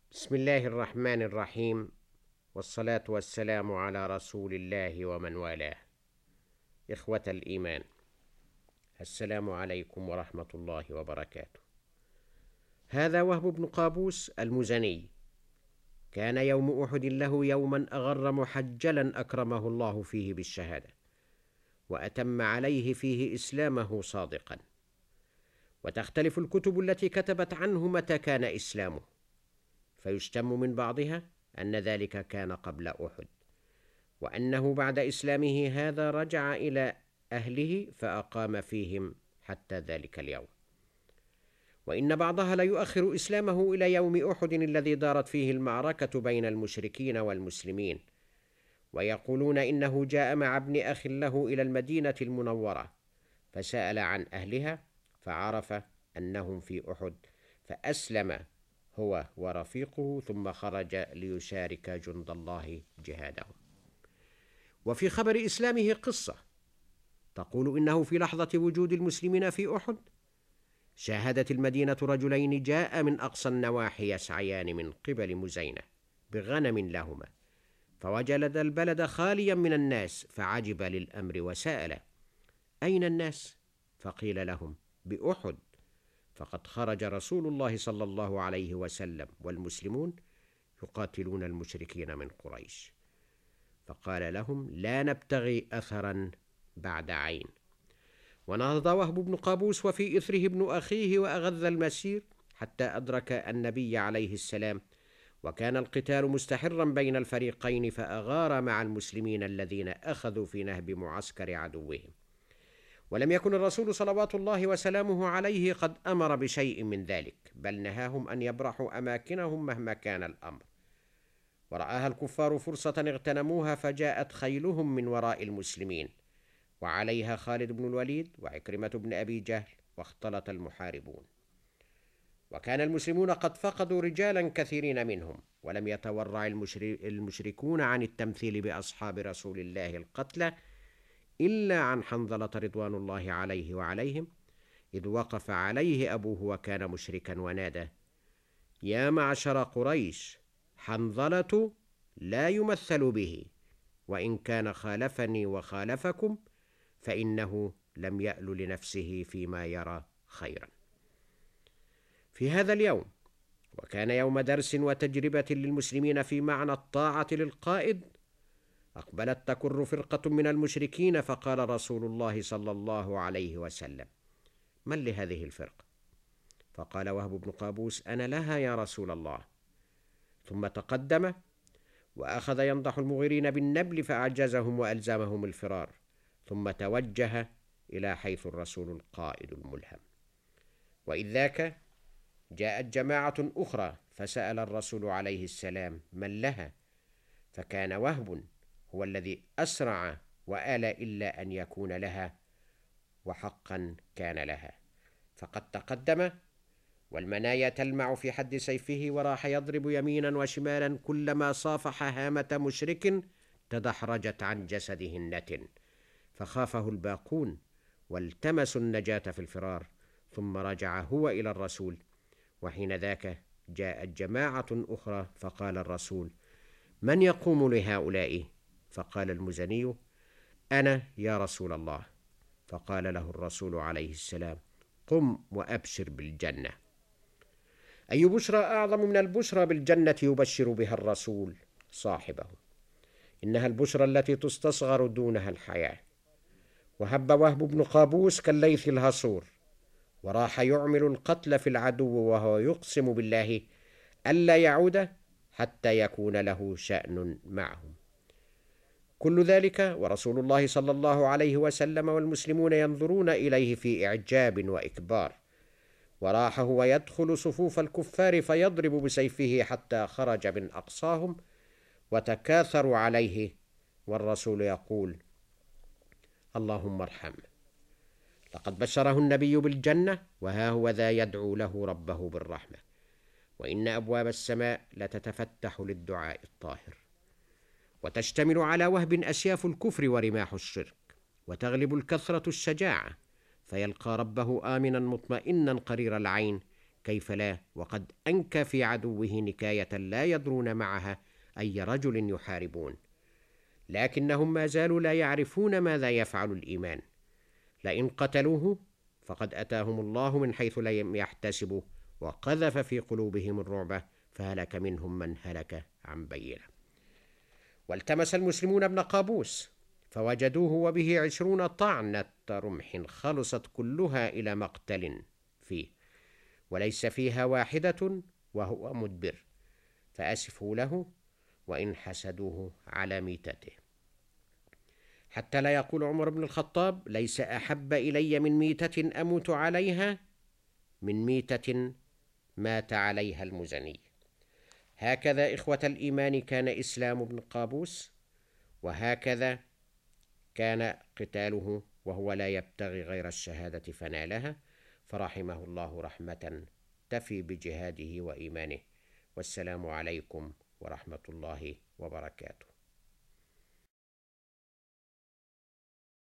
بسم الله الرحمن الرحيم، والصلاة والسلام على رسول الله ومن والاه. إخوة الإيمان، السلام عليكم ورحمة الله وبركاته. هذا وهب بن قابوس المزني. كان يوم أحد له يوما أغر محجلا أكرمه الله فيه بالشهادة، وأتم عليه فيه إسلامه صادقا. وتختلف الكتب التي كتبت عنه متى كان إسلامه، فيشتم من بعضها أن ذلك كان قبل أحد، وأنه بعد إسلامه هذا رجع إلى أهله فأقام فيهم حتى ذلك اليوم. وإن بعضها ليؤخر إسلامه إلى يوم أحد الذي دارت فيه المعركة بين المشركين والمسلمين، ويقولون إنه جاء مع ابن أخ له إلى المدينة المنورة فسأل عن أهلها فعرف أنهم في أحد، فأسلم هو ورفيقه ثم خرج ليشارك جند الله جهادهم. وفي خبر إسلامه قصة تقول إنه في لحظة وجود المسلمين في أحد شاهدت المدينة رجلين جاء من أقصى النواحي يسعيان من قبل مزينة بغنم لهما، فوجد البلد خاليا من الناس فعجب للأمر وسأل: أين الناس؟ فقيل لهم: بأحد، فقد خرج رسول الله صلى الله عليه وسلم والمسلمون يقاتلون المشركين من قريش. فقال لهم: لا نبتغي أثرا بعد عين. ونهض وهب بن قابوس وفي إثره ابن أخيه وأغذ المسير حتى أدرك النبي عليه السلام، وكان القتال مستحرا بين الفريقين، فأغار مع المسلمين الذين أخذوا في نهب معسكر عدوهم. ولم يكن الرسول صلوات الله وسلامه عليه قد أمر بشيء من ذلك، بل نهاهم أن يبرحوا أماكنهم مهما كان الأمر. ورآها الكفار فرصة اغتنموها، فجاءت خيلهم من وراء المسلمين، وعليها خالد بن الوليد وعكرمة بن أبي جهل، واختلط المحاربون. وكان المسلمون قد فقدوا رجالا كثيرين منهم، ولم يتورع المشركون عن التمثيل بأصحاب رسول الله القتلى إلا عن حنظلة رضوان الله عليه وعليهم، إذ وقف عليه أبوه وكان مشركا ونادى: يا معشر قريش، حنظلة لا يمثل به، وإن كان خالفني وخالفكم فإنه لم يأل لنفسه فيما يرى خيرا. في هذا اليوم، وكان يوم درس وتجربة للمسلمين في معنى الطاعة للقائد، أقبلت تكر فرقة من المشركين، فقال رسول الله صلى الله عليه وسلم: من لهذه الفرقة؟ فقال وهب بن قابوس: أنا لها يا رسول الله. ثم تقدم وأخذ ينضح المغيرين بالنبل فأعجزهم وألزمهم الفرار، ثم توجه إلى حيث الرسول القائد الملهم. وإذ ذاك جاءت جماعة أخرى فسأل الرسول عليه السلام: من لها؟ فكان وهب هو الذي أسرع وآل إلا أن يكون لها، وحقا كان لها، فقد تقدم والمنايا تلمع في حد سيفه، وراح يضرب يمينا وشمالا، كلما صافح هامة مشرك تدحرجت عن جسده النتن، فخافه الباقون والتمسوا النجاة في الفرار، ثم رجع هو إلى الرسول. وحين ذاك جاءت جماعة أخرى فقال الرسول: من يقوم لهؤلاء؟ فقال المزني: أنا يا رسول الله. فقال له الرسول عليه السلام: قم وأبشر بالجنة. أي بشرى أعظم من البشرى بالجنة يبشر بها الرسول صاحبه؟ إنها البشرى التي تستصغر دونها الحياة. وهب وهب بن قابوس كالليث الهصور، وراح يعمل القتل في العدو، وهو يقسم بالله ألا يعود حتى يكون له شأن معهم. كل ذلك ورسول الله صلى الله عليه وسلم والمسلمون ينظرون إليه في إعجاب وإكبار. وراح هو يدخل صفوف الكفار فيضرب بسيفه حتى خرج من أقصاهم وتكاثروا عليه، والرسول يقول: اللهم ارحمه. لقد بشره النبي بالجنة، وها هو ذا يدعو له ربه بالرحمة، وإن أبواب السماء لتتفتح للدعاء الطاهر، وتشتمل على وهب أسياف الكفر ورماح الشرك، وتغلب الكثرة الشجاعة، فيلقى ربه آمنا مطمئنا قرير العين، كيف لا، وقد أنكى في عدوه نكاية لا يدرون معها أي رجل يحاربون، لكنهم ما زالوا لا يعرفون ماذا يفعل الإيمان. لئن قتلوه فقد أتاهم الله من حيث لم يحتسبوا، وقذف في قلوبهم الرعب، فهلك منهم من هلك عن بينة. والتمس المسلمون ابن قابوس فوجدوه وبه 20 طعنة رمح خلصت كلها إلى مقتل فيه، وليس فيها واحدة وهو مدبر، فأسفوا له وإن حسدوه على ميتته. حتى لا يقول عمر بن الخطاب: ليس أحب إلي من ميتة أموت عليها من ميتة مات عليها المزني. هكذا إخوة الإيمان كان إسلام ابن قابوس، وهكذا كان قتاله، وهو لا يبتغي غير الشهادة فنالها، فرحمه الله رحمة تفي بجهاده وإيمانه. والسلام عليكم ورحمة الله وبركاته.